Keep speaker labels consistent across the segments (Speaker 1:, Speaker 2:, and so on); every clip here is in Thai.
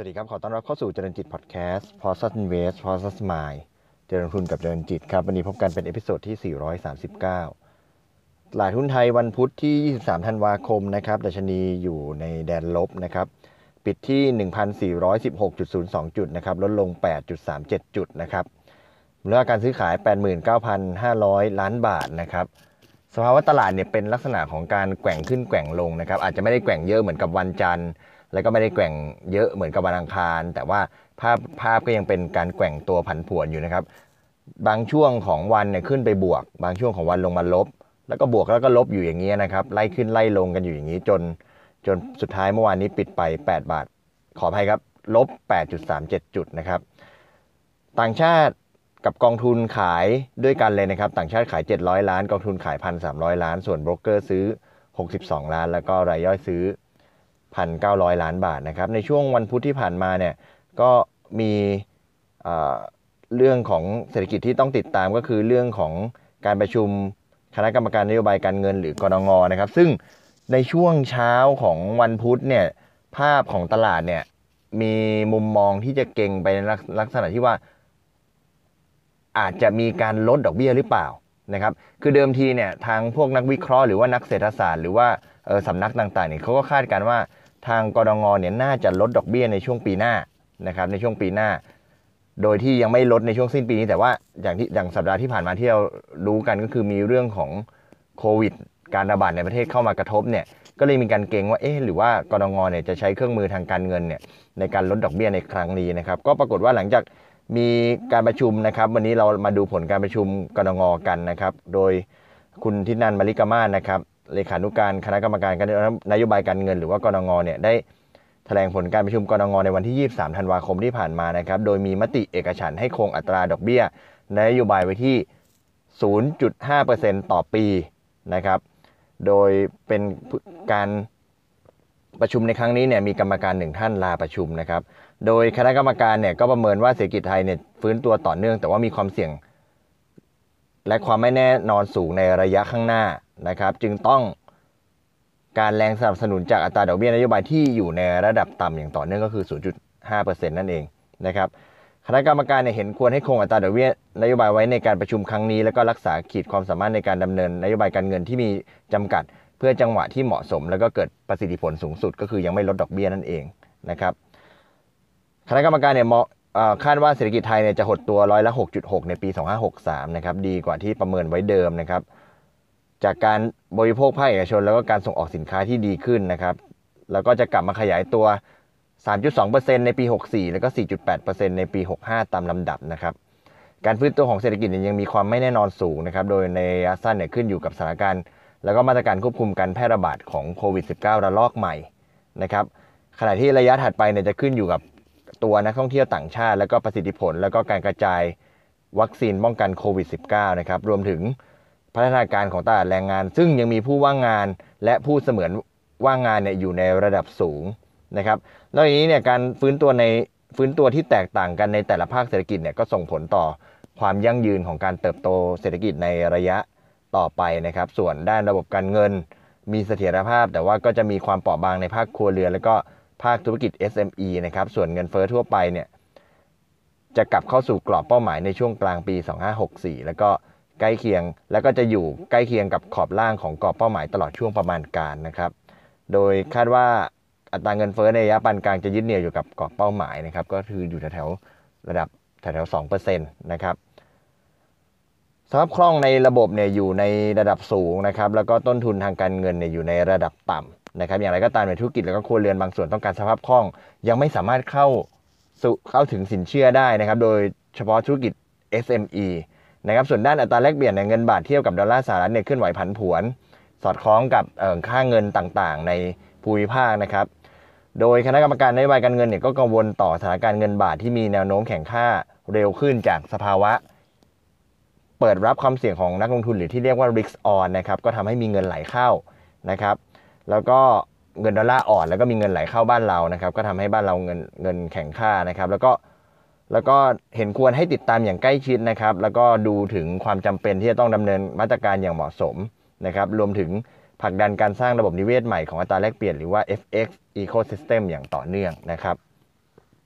Speaker 1: วัสดีครับขอต้อนรับเข้าสู่เจริญจิตพอดแคสต์ Process Invest Process Mind เจริญทุนกับเจริญจิตครับวันนี้พบกันเป็นเอพิโซดที่439ตลาดหุ้นไทยวันพุธที่23ธันวาคมนะครับดัชนีอยู่ในแดนลบนะครับปิดที่ 1,416.02 จุดนะครับลดลง 8.37 จุดนะครับมูลค่าการซื้อขาย 89,500 ล้านบาทนะครับสภาวะตลาดเนี่ยเป็นลักษณะของการแกว่งขึ้นแกว่งลงนะครับอาจจะไม่ได้แกว่งเยอะเหมือนกับวันจันทร์แล้วก็ไม่ได้แกว่งเยอะเหมือนกับวันอังคารแต่ว่าภาพก็ยังเป็นการแกว่งตัวผันผวนอยู่นะครับบางช่วงของวันเนี่ยขึ้นไปบวกบางช่วงของวันลงมาลบแล้วก็บวกแล้วก็ลบอยู่อย่างนี้นะครับไล่ขึ้นไล่ลงกันอยู่อย่างนี้จนสุดท้ายเมื่อวานนี้ปิดไป8 บาทขออภัยครับลบ 8.37 จุดนะครับต่างชาติกับกองทุนขายด้วยกันเลยนะครับต่างชาติขาย700ล้านกองทุนขาย 1,300 ล้านส่วนโบรกเกอร์ซื้อ62ล้านแล้วก็รายย่อยซื้อ1,900 ล้านบาทนะครับในช่วงวันพุธที่ผ่านมาเนี่ยก็มีเรื่องของเศรษฐกิจที่ต้องติดตามก็คือเรื่องของการประชุมคณะกรรมการนโยบายการเงินหรือกนง.นะครับซึ่งในช่วงเช้าของวันพุธเนี่ยภาพของตลาดเนี่ยมีมุมมองที่จะเก่งไปในลักษณะที่ว่าอาจจะมีการลดดอกเบี้ยหรือเปล่านะครับคือเดิมทีเนี่ยทางพวกนักวิเคราะห์หรือว่านักเศรษฐศาสตร์หรือว่าสำนักต่างๆเนี่ยเขาก็คาดการณ์ว่าทางกนง.เนี่ยน่าจะลดดอกเบี้ยในช่วงปีหน้านะครับในช่วงปีหน้าโดยที่ยังไม่ลดในช่วงสิ้นปีนี้แต่ว่าอย่างสัปดาห์ที่ผ่านมาที่เรารู้กันก็คือมีเรื่องของโควิดการระบาดในประเทศเข้ามากระทบเนี่ยก็เลยมีการเกรงว่าหรือว่ากนง.เนี่ยจะใช้เครื่องมือทางการเงินเนี่ยในการลดดอกเบี้ยในครั้งนี้นะครับก็ปรากฏว่าหลังจากมีการประชุมนะครับวันนี้เรามาดูผลการประชุมกนง.กันนะครับโดยคุณทินันท์ มลิกามาศนะครับเลขานุการคณะกรรมการนโยบายการเงินหรือว่ากนง.เนี่ยได้แถลงผลการประชุมกนง.ในวันที่23ธันวาคมที่ผ่านมานะครับโดยมีมติเอกฉันท์ให้คงอัตราดอกเบี้ยนโยบายไว้ที่ 0.5% ต่อปีนะครับโดยเป็นการประชุมในครั้งนี้เนี่ยมีกรรมการ1ท่านลาประชุมนะครับโดยคณะกรรมการเนี่ยก็ประเมินว่าเศรษฐกิจไทยเนี่ยฟื้นตัวต่อเนื่องแต่ว่ามีความเสี่ยงและความไม่แน่นอนสูงในระยะข้างหน้านะครับจึงต้องการแรงสนับสนุนจากอัตราดอกเบี้ยนโยบายที่อยู่ในระดับต่ำอย่างต่อเนื่องก็คือ 0.5% นั่นเองนะครับคณะกรรมการเนี่ยเห็นควรให้คงอัตราดอกเบี้ยนโยบายไว้ในการประชุมครั้งนี้แล้วก็รักษาขีดความสามารถในการดำเนินนโยบายการเงินที่มีจำกัดเพื่อจังหวะที่เหมาะสมแล้วก็เกิดประสิทธิผลสูงสุดก็คือยังไม่ลดดอกเบี้ยนั่นเองนะครับคณะกรรมการเนี่ยคาดว่าเศรษฐกิจไทยเนี่ยจะหดตัวร้อยละ 6.6 ในปี 2563นะครับดีกว่าที่ประเมินไว้เดิมนะครับจากการบริโภคภาคเอกชนแล้วก็การส่งออกสินค้าที่ดีขึ้นนะครับแล้วก็จะกลับมาขยายตัว 3.2% ในปี 64แล้วก็ 4.8% ในปี 65ตามลำดับนะครับการฟื้นตัวของเศรษฐกิจยังมีความไม่แน่นอนสูงนะครับโดยในระยะสั้นเนี่ยขึ้นอยู่กับสถานการณ์แล้วก็มาตรการควบคุมการแพร่ระบาดของโควิด -19 ระลอกใหม่นะครับขณะที่ระยะถัดไปเนี่ยจะขึ้นอยู่กับตัวนักท่องเที่ยวต่างชาติแล้วก็ประสิทธิผลแล้วก็การกระจายวัคซีนป้องกันโควิด -19 นะครับรวมถึงพัฒนาการของตลาดแรงงานซึ่งยังมีผู้ว่างงานและผู้เสมือนว่างงานเนี่ยอยู่ในระดับสูงนะครับนอกจากนี้เนี่ยการฟื้นตัวที่แตกต่างกันในแต่ละภาคเศรษฐกิจเนี่ยก็ส่งผลต่อความยั่งยืนของการเติบโตเศรษฐกิจในระยะต่อไปนะครับส่วนด้านระบบการเงินมีเสถียรภาพแต่ว่าก็จะมีความเปราะบางในภาคครัวเรือนแล้วก็ภาคธุรกิจ SME นะครับส่วนเงินเฟ้อทั่วไปเนี่ยจะกลับเข้าสู่กรอบเป้าหมายในช่วงกลางปี2564แล้วก็ใกล้เคียงแล้วก็จะอยู่ใกล้เคียงกับขอบล่างของกรอบเป้าหมายตลอดช่วงประมาณการนะครับโดยคาดว่าอัตราเงินเฟ้อในระยะปานกลางจะยึดเหนี่ยวอยู่กับกรอบเป้าหมายนะครับก็คืออยู่แถวระดับแถว 2% นะครับสภาพคล่องในระบบเนี่ยอยู่ในระดับสูงนะครับแล้วก็ต้นทุนทางการเงินเนี่ยอยู่ในระดับต่ำนะครับอย่างไรก็ตามในธุรกิจแล้วก็ครัวเรือนบางส่วนต้องการสภาพคล่องยังไม่สามารถเข้าถึงสินเชื่อได้นะครับโดยเฉพาะธุรกิจ SME นะครับส่วนด้านอัตราแลกเปลี่ยนเงินบาทเทียบกับดอลลาร์สหรัฐเนี่ยเคลื่อนไหวผันผวนสอดคล้องกับค่าเงินต่างๆในภูมิภาคนะครับโดยคณะกรรมการนโยบายการเงินเนี่ยก็กังวลต่อสถานการณ์เงินบาทที่มีแนวโน้มแข็งค่าเร็วขึ้นจากสภาวะเปิดรับความเสี่ยงของนักลงทุนหรือที่เรียกว่า risk on นะครับก็ทำให้มีเงินไหลเข้านะครับแล้วก็เงินดอลลาร์อ่อนแล้วก็มีเงินไหลเข้าบ้านเรานะครับก็ทำให้บ้านเราเงินแข็งค่านะครับแล้วก็เห็นควรให้ติดตามอย่างใกล้ชิดนะครับแล้วก็ดูถึงความจำเป็นที่จะต้องดำเนินมาตรการอย่างเหมาะสมนะครับรวมถึงผลักดันการสร้างระบบนิเวศใหม่ของอัตราแลกเปลี่ยนหรือว่า FX Ecosystem อย่างต่อเนื่องนะครับ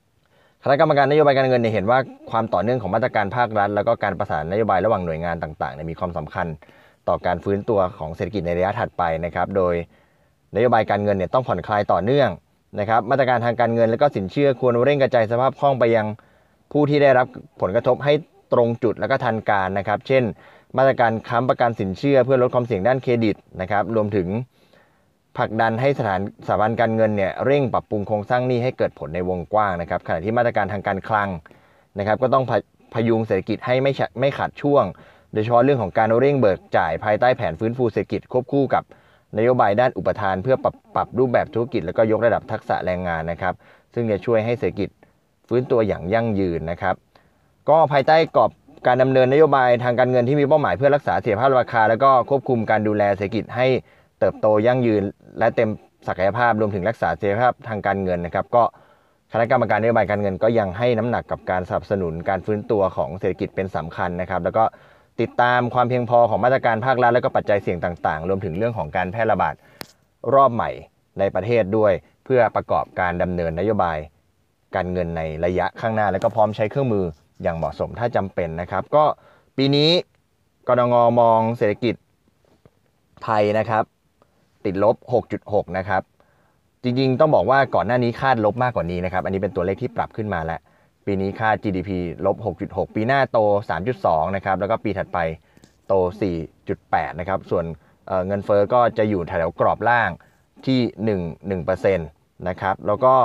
Speaker 1: ณะกรรมการนโยบายการเงินเนี่ยเห็นว่าความต่อเนื่องของมาตรการภาครัฐแล้วก็การประสานนโยบายระหว่างหน่วยงานต่างๆมีความสำคัญต่อการฟื้นตัวของเศรษฐกิจในระยะถัดไปนะครับโดยนโยบายการเงินเนี่ยต้องผ่อนคลายต่อเนื่องนะครับมาตรการทางการเงินและก็สินเชื่อควรเร่งกระจายสภาพคล่องไปยังผู้ที่ได้รับผลกระทบให้ตรงจุดและก็ทันการนะครับเช่นมาตรการค้ำประกันสินเชื่อเพื่อลดความเสี่ยงด้านเครดิตนะครับรวมถึงผลักดันให้สถาบันการเงินเนี่ยเร่งปรับปรุงโครงสร้างหนี้ให้เกิดผลในวงกว้างนะครับขณะที่มาตรการทางการคลังนะครับก็ต้องพยุงเศรษฐกิจให้ไม่ขาดช่วงโดยเฉพาะเรื่องของการเร่งเบิกจ่ายภายใต้แผนฟื้นฟูเศรษฐกิจควบคู่กับนโยบายด้านอุปทานเพื่อปรับรูปแบบธุรกิจแล้วก็ยกระดับทักษะแรงงานนะครับซึ่งจะช่วยให้เศรษฐกิจฟื้นตัวอย่างยั่งยืนนะครับก็ภายใต้กรอบการดำเนินนโยบายทางการเงินที่มีเป้าหมายเพื่อรักษาเสถียรภาพราคาแล้วก็ควบคุมการดูแลเศรษฐกิจให้เติบโตยั่งยืนและเต็มศักยภาพรวมถึงรักษาเสถียรภาพทางการเงินนะครับก็คณะกรรมการนโยบายการเงินก็ยังให้น้ำหนักกับการสนับสนุนการฟื้นตัวของเศรษฐกิจเป็นสำคัญนะครับแล้วก็ติดตามความเพียงพอของมาตรการภาครัฐและก็ปัจจัยเสี่ยงต่างๆรวมถึงเรื่องของการแพร่ระบาดรอบใหม่ในประเทศด้วยเพื่อประกอบการดำเนินนโยบายการเงินในระยะข้างหน้าและก็พร้อมใช้เครื่องมืออย่างเหมาะสมถ้าจำเป็นนะครับก็ปีนี้กนง.มองเศรษฐกิจไทยนะครับติดลบ 6.6 นะครับจริงๆต้องบอกว่าก่อนหน้านี้คาดลบมากกว่านี้นะครับอันนี้เป็นตัวเลขที่ปรับขึ้นมาแล้วปีนี้คาด GDP ลบ 6.6 ปีหน้าโต 3.2 นะครับแล้วก็ปีถัดไปโต 4.8 นะครับส่วนเงินเฟ้อก็จะอยู่แถวกรอบล่างที่ 1% นะครับแล้วก็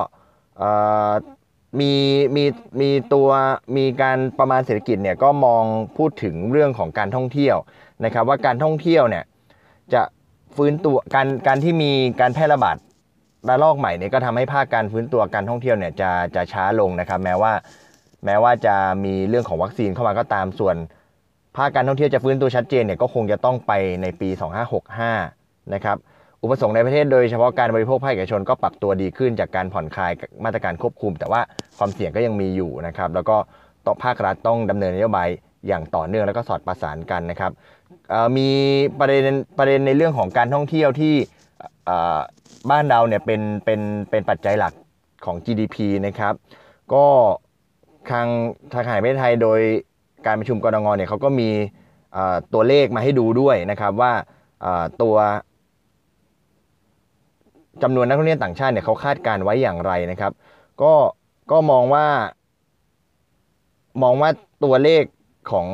Speaker 1: มีการประมาณเศรษฐกิจเนี่ยก็มองพูดถึงเรื่องของการท่องเที่ยวนะครับว่าการท่องเที่ยวเนี่ยจะฟื้นตัวการที่มีการแพร่ระบาดระลอกใหม่เนี่ยก็ทำให้ภาคการฟื้นตัวการท่องเที่ยวเนี่ยจะช้าลงนะครับแม้ว่าจะมีเรื่องของวัคซีนเข้ามาก็ตามส่วนภาคการท่องเที่ยวจะฟื้นตัวชัดเจนเนี่ยก็คงจะต้องไปในปี 2565 นะครับอุปสงค์ในประเทศโดยเฉพาะการบริโภคภาคเอกชนก็ปรับตัวดีขึ้นจากการผ่อนคลายมาตรการควบคุมแต่ว่าความเสี่ยงก็ยังมีอยู่นะครับแล้วก็ภาครัฐต้องดำเนินนโยบายอย่างต่อเนื่องแล้วก็สอดประสานกันนะครับมีประเด็นในเรื่องของการท่องเที่ยวที่บ้านเราเนี่ยเป็นปัจจัยหลักของ GDP นะครับก็ทางแห่งประเทศไทยโดยการประชุมกนง.เนี่ยเขาก็มีตัวเลขมาให้ดูด้วยนะครับว่าตัวจำนวนนักท่องเที่ยวต่างชาติเนี่ยเขาคาดการไว้อย่างไรนะครับก็มองว่าตัวเลขของ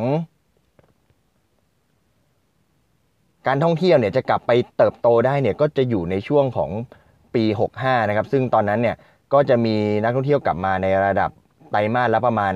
Speaker 1: การท่องเที่ยวเนี่ยจะกลับไปเติบโตได้เนี่ยก็จะอยู่ในช่วงของปี65นะครับซึ่งตอนนั้นเนี่ยก็จะมีนักท่องเที่ยวกลับมาในระดับไตรมาสละประมาณ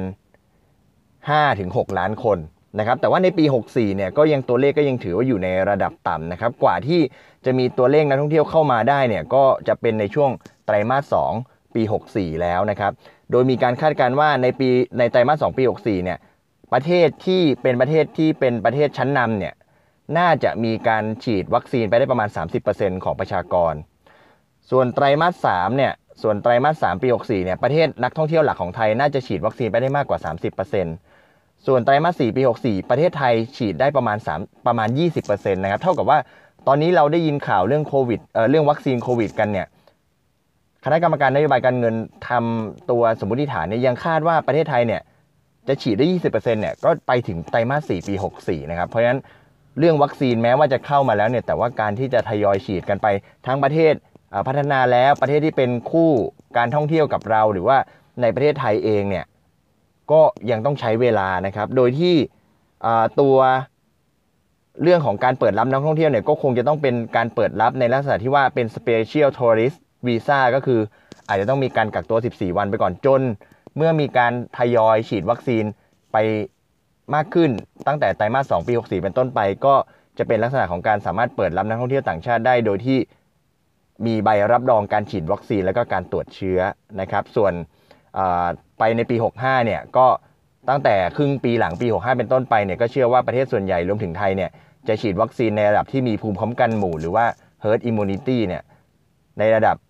Speaker 1: 5-6 ล้านคนนะครับแต่ว่าในปี64เนี่ยก็ยังตัวเลขก็ยังถือว่าอยู่ในระดับต่ำนะครับกว่าที่จะมีตัวเลขนักท่องเที่ยวเข้ามาได้เนี่ยก็จะเป็นในช่วงไตรมาส2ปี64แล้วนะครับโดยมีการคาดการณ์ว่าในไตรมาส2ปี64เนี่ยประเทศที่เป็นประเทศชั้นนำเนี่ยน่าจะมีการฉีดวัคซีนไปได้ประมาณ 30% ของประชากรส่วนไตรมาส3เนี่ยปี64เนี่ยประเทศนักท่องเที่ยวหลักของไทยน่าจะฉีดวัคซีนไปได้มากกว่า 30%ส่วนไตรมาส4ปี64ประเทศไทยฉีดได้ประมาณ 20% นะครับเท่ากับว่าตอนนี้เราได้ยินข่าวเรื่องโควิดเรื่องวัคซีนโควิดกันเนี่ยคณะกรรมการนโยบายการเงินทำตัวสมมติฐานเนี่ยยังคาดว่าประเทศไทยเนี่ยจะฉีดได้ 20% เนี่ยก็ไปถึงไตรมาส4ปี64นะครับเพราะฉะนั้นเรื่องวัคซีนแม้ว่าจะเข้ามาแล้วเนี่ยแต่ว่าการที่จะทยอยฉีดกันไปทั้งประเทศพัฒนาแล้วประเทศที่เป็นคู่การท่องเที่ยวกับเราหรือว่าในประเทศไทยเองเนี่ยก็ยังต้องใช้เวลานะครับโดยที่ตัวเรื่องของการเปิดรับนักท่องเที่ยวเนี่ยก็คงจะต้องเป็นการเปิดรับในลักษณะที่ว่าเป็น Special Tourist Visa ก็คืออาจจะต้องมีการกักตัว14วันไปก่อนจนเมื่อมีการทยอยฉีดวัคซีนไปมากขึ้นตั้งแต่ไตรมาส2ปี64เป็นต้นไปก็จะเป็นลักษณะของการสามารถเปิดรับนักท่องเที่ยวต่างชาติได้โดยที่มีใบรับรองการฉีดวัคซีนแล้วก็การตรวจเชื้อนะครับส่วนไปในปี65เนี่ยก็ตั้งแต่ครึ่งปีหลังปี65เป็นต้นไปเนี่ยก็เชื่อว่าประเทศส่วนใหญ่รวมถึงไทยเนี่ยจะฉีดวัคซีนในระดับที่มีภูมิคุ้มกันหมู่หรือว่า herd immunity เนี่ยในระดับ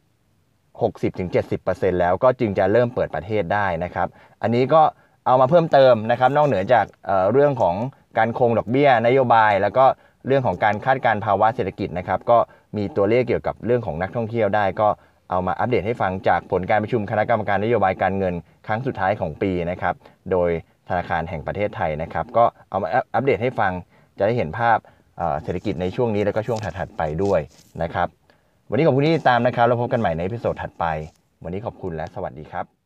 Speaker 1: 60-70% แล้วก็จึงจะเริ่มเปิดประเทศได้นะครับอันนี้ก็เอามาเพิ่มเติมนะครับนอกเหนือจากเรื่องของการคงดอกเบี้ยนโยบายแล้วก็เรื่องของการคาดการณ์ภาวะเศรษฐกิจนะครับก็มีตัวเลขเกี่ยวกับเรื่องของนักท่องเที่ยวได้ก็เอามาอัปเดตให้ฟังจากผลการประชุมคณะกรรมการนโยบายการเงินครั้งสุดท้ายของปีนะครับโดยธนาคารแห่งประเทศไทยนะครับก็เอามาอัปเดตให้ฟังจะได้เห็นภาพเศรษฐกิจในช่วงนี้แล้วก็ช่วงถัดๆไปด้วยนะครับวันนี้ขอบคุณที่ติดตามนะครับแล้วพบกันใหม่ในเอพิโซดถัดไปวันนี้ขอบคุณและสวัสดีครับ